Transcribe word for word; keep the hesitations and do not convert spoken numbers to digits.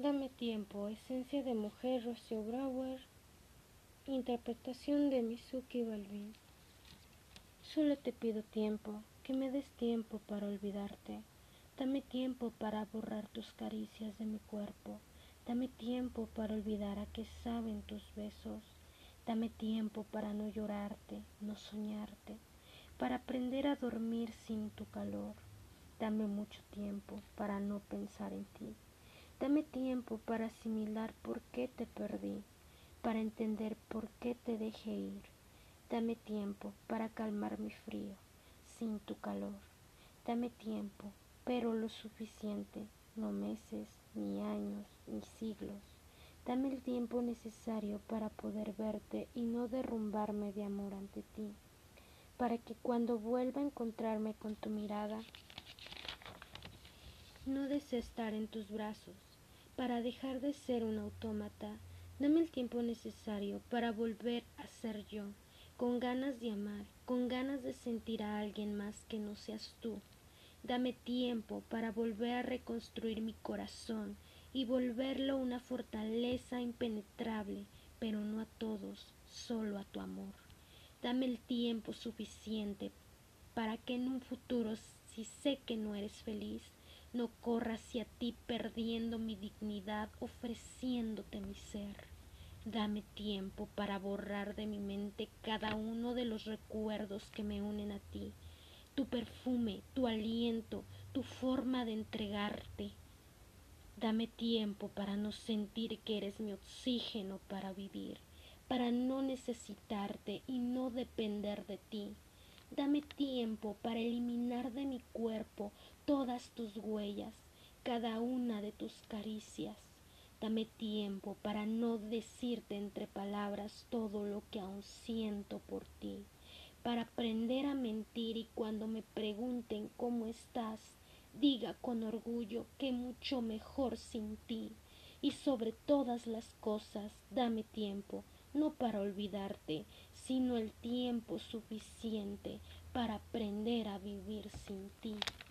Dame tiempo, esencia de mujer, Rocío Brauer, interpretación de Mizuki Balvin. Solo te pido tiempo, que me des tiempo para olvidarte. Dame tiempo para borrar tus caricias de mi cuerpo. Dame tiempo para olvidar a qué saben tus besos. Dame tiempo para no llorarte, no soñarte, para aprender a dormir sin tu calor. Dame mucho tiempo para no pensar en ti. Dame tiempo para asimilar por qué te perdí, para entender por qué te dejé ir. Dame tiempo para calmar mi frío, sin tu calor. Dame tiempo, pero lo suficiente, no meses, ni años, ni siglos. Dame el tiempo necesario para poder verte y no derrumbarme de amor ante ti, para que cuando vuelva a encontrarme con tu mirada, no desee estar en tus brazos, para dejar de ser un autómata. Dame el tiempo necesario para volver a ser yo, con ganas de amar, con ganas de sentir a alguien más que no seas tú. Dame tiempo para volver a reconstruir mi corazón y volverlo una fortaleza impenetrable, pero no a todos, solo a tu amor. Dame el tiempo suficiente para que en un futuro, si sé que no eres feliz, no corra hacia ti perdiendo mi dignidad, ofreciéndote mi ser. Dame tiempo para borrar de mi mente cada uno de los recuerdos que me unen a ti, tu perfume, tu aliento, tu forma de entregarte. Dame tiempo para no sentir que eres mi oxígeno para vivir, para no necesitarte y no depender de ti. Dame tiempo para eliminar de mi cuerpo todas tus huellas, cada una de tus caricias. Dame tiempo para no decirte entre palabras todo lo que aún siento por ti, para aprender a mentir y cuando me pregunten cómo estás, diga con orgullo que mucho mejor sin ti. Y sobre todas las cosas, dame tiempo, no para olvidarte, sino el tiempo suficiente para aprender a vivir sin ti.